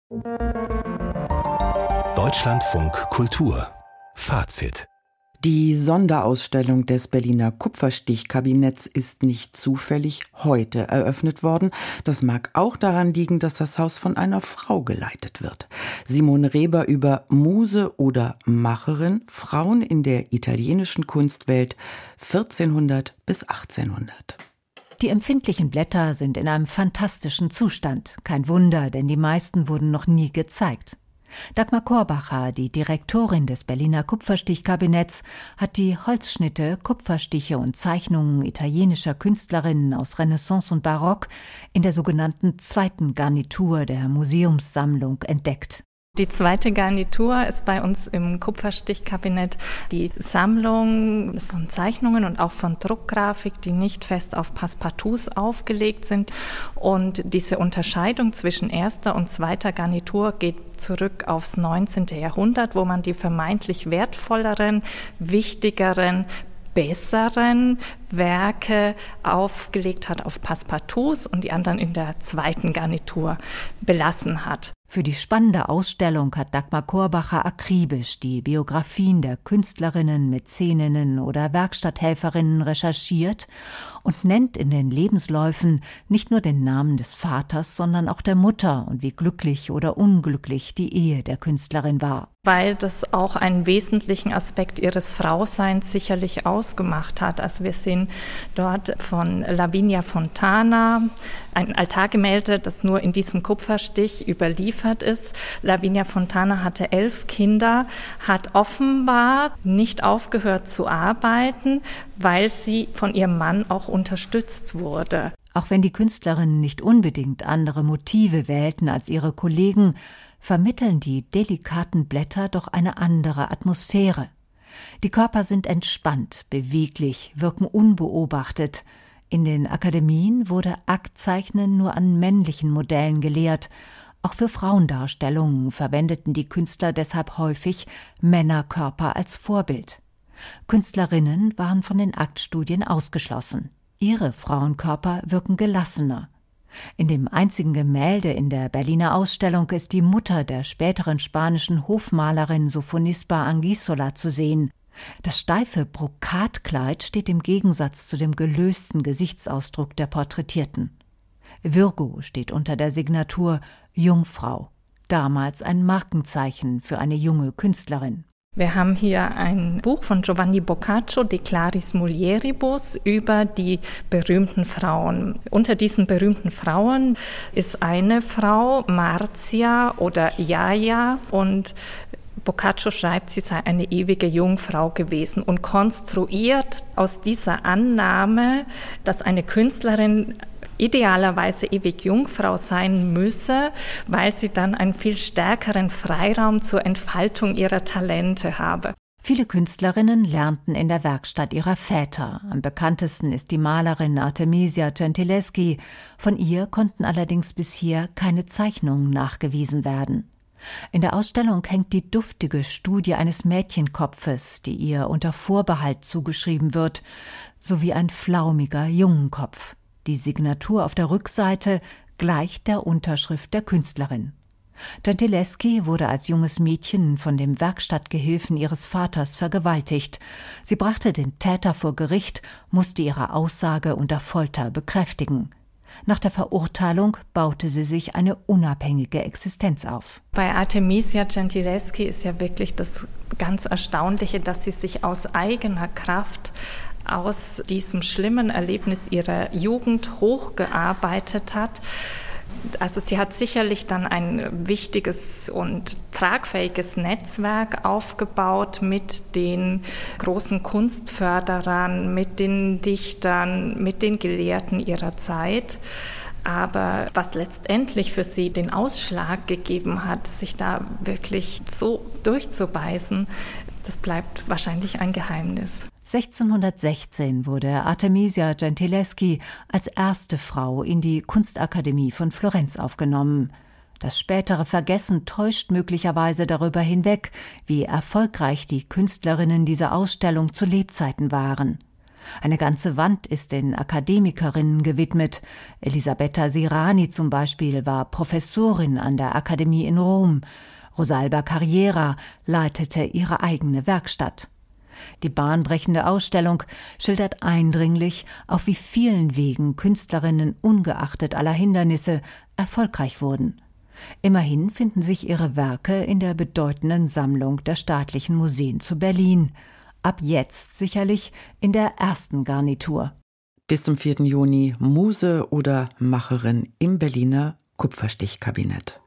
Deutschlandfunk Kultur Fazit. Die Sonderausstellung des Berliner Kupferstichkabinetts ist nicht zufällig heute eröffnet worden. Das mag auch daran liegen, dass das Haus von einer Frau geleitet wird. Simone Reber über Muse oder Macherin, Frauen in der italienischen Kunstwelt 1400 bis 1800. Die empfindlichen Blätter sind in einem fantastischen Zustand. Kein Wunder, denn die meisten wurden noch nie gezeigt. Dagmar Korbacher, die Direktorin des Berliner Kupferstichkabinetts, hat die Holzschnitte, Kupferstiche und Zeichnungen italienischer Künstlerinnen aus Renaissance und Barock in der sogenannten zweiten Garnitur der Museumssammlung entdeckt. Die zweite Garnitur ist bei uns im Kupferstichkabinett die Sammlung von Zeichnungen und auch von Druckgrafik, die nicht fest auf Passepartouts aufgelegt sind. Und diese Unterscheidung zwischen erster und zweiter Garnitur geht zurück aufs 19. Jahrhundert, wo man die vermeintlich wertvolleren, wichtigeren, besseren Werke aufgelegt hat auf Passepartouts und die anderen in der zweiten Garnitur belassen hat. Für die spannende Ausstellung hat Dagmar Korbacher akribisch die Biografien der Künstlerinnen, Mäzeninnen oder Werkstatthelferinnen recherchiert und nennt in den Lebensläufen nicht nur den Namen des Vaters, sondern auch der Mutter und wie glücklich oder unglücklich die Ehe der Künstlerin war. Weil das auch einen wesentlichen Aspekt ihres Frauseins sicherlich ausgemacht hat. Also wir sehen dort von Lavinia Fontana ein Altargemälde, das nur in diesem Kupferstich überliefert ist. Lavinia Fontana hatte 11 Kinder, hat offenbar nicht aufgehört zu arbeiten, weil sie von ihrem Mann auch unterstützt wurde. Auch wenn die Künstlerinnen nicht unbedingt andere Motive wählten als ihre Kollegen, vermitteln die delikaten Blätter doch eine andere Atmosphäre. Die Körper sind entspannt, beweglich, wirken unbeobachtet. In den Akademien wurde Aktzeichnen nur an männlichen Modellen gelehrt. Auch für Frauendarstellungen verwendeten die Künstler deshalb häufig Männerkörper als Vorbild. Künstlerinnen waren von den Aktstudien ausgeschlossen. Ihre Frauenkörper wirken gelassener. In dem einzigen Gemälde in der Berliner Ausstellung ist die Mutter der späteren spanischen Hofmalerin Sofonisba Anguissola zu sehen. Das steife Brokatkleid steht im Gegensatz zu dem gelösten Gesichtsausdruck der Porträtierten. Virgo steht unter der Signatur Jungfrau, damals ein Markenzeichen für eine junge Künstlerin. Wir haben hier ein Buch von Giovanni Boccaccio, De Claris Mulieribus, über die berühmten Frauen. Unter diesen berühmten Frauen ist eine Frau, Marzia oder Jaja, und Boccaccio schreibt, sie sei eine ewige Jungfrau gewesen und konstruiert aus dieser Annahme, dass eine Künstlerin idealerweise ewig Jungfrau sein müsse, weil sie dann einen viel stärkeren Freiraum zur Entfaltung ihrer Talente habe. Viele Künstlerinnen lernten in der Werkstatt ihrer Väter. Am bekanntesten ist die Malerin Artemisia Gentileschi. Von ihr konnten allerdings bisher keine Zeichnungen nachgewiesen werden. In der Ausstellung hängt die duftige Studie eines Mädchenkopfes, die ihr unter Vorbehalt zugeschrieben wird, sowie ein flaumiger Jungenkopf. Die Signatur auf der Rückseite gleicht der Unterschrift der Künstlerin. Gentileschi wurde als junges Mädchen von dem Werkstattgehilfen ihres Vaters vergewaltigt. Sie brachte den Täter vor Gericht, musste ihre Aussage unter Folter bekräftigen. Nach der Verurteilung baute sie sich eine unabhängige Existenz auf. Bei Artemisia Gentileschi ist ja wirklich das ganz Erstaunliche, dass sie sich aus eigener Kraft aus diesem schlimmen Erlebnis ihrer Jugend hochgearbeitet hat. Also sie hat sicherlich dann ein wichtiges und tragfähiges Netzwerk aufgebaut mit den großen Kunstförderern, mit den Dichtern, mit den Gelehrten ihrer Zeit. Aber was letztendlich für sie den Ausschlag gegeben hat, sich da wirklich so durchzubeißen, das bleibt wahrscheinlich ein Geheimnis. 1616 wurde Artemisia Gentileschi als erste Frau in die Kunstakademie von Florenz aufgenommen. Das spätere Vergessen täuscht möglicherweise darüber hinweg, wie erfolgreich die Künstlerinnen dieser Ausstellung zu Lebzeiten waren. Eine ganze Wand ist den Akademikerinnen gewidmet. Elisabetta Sirani zum Beispiel war Professorin an der Akademie in Rom. Rosalba Carriera leitete ihre eigene Werkstatt. Die bahnbrechende Ausstellung schildert eindringlich, auf wie vielen Wegen Künstlerinnen ungeachtet aller Hindernisse erfolgreich wurden. Immerhin finden sich ihre Werke in der bedeutenden Sammlung der Staatlichen Museen zu Berlin. Ab jetzt sicherlich in der ersten Garnitur. Bis zum 4. Juni Muse oder Macherin im Berliner Kupferstichkabinett.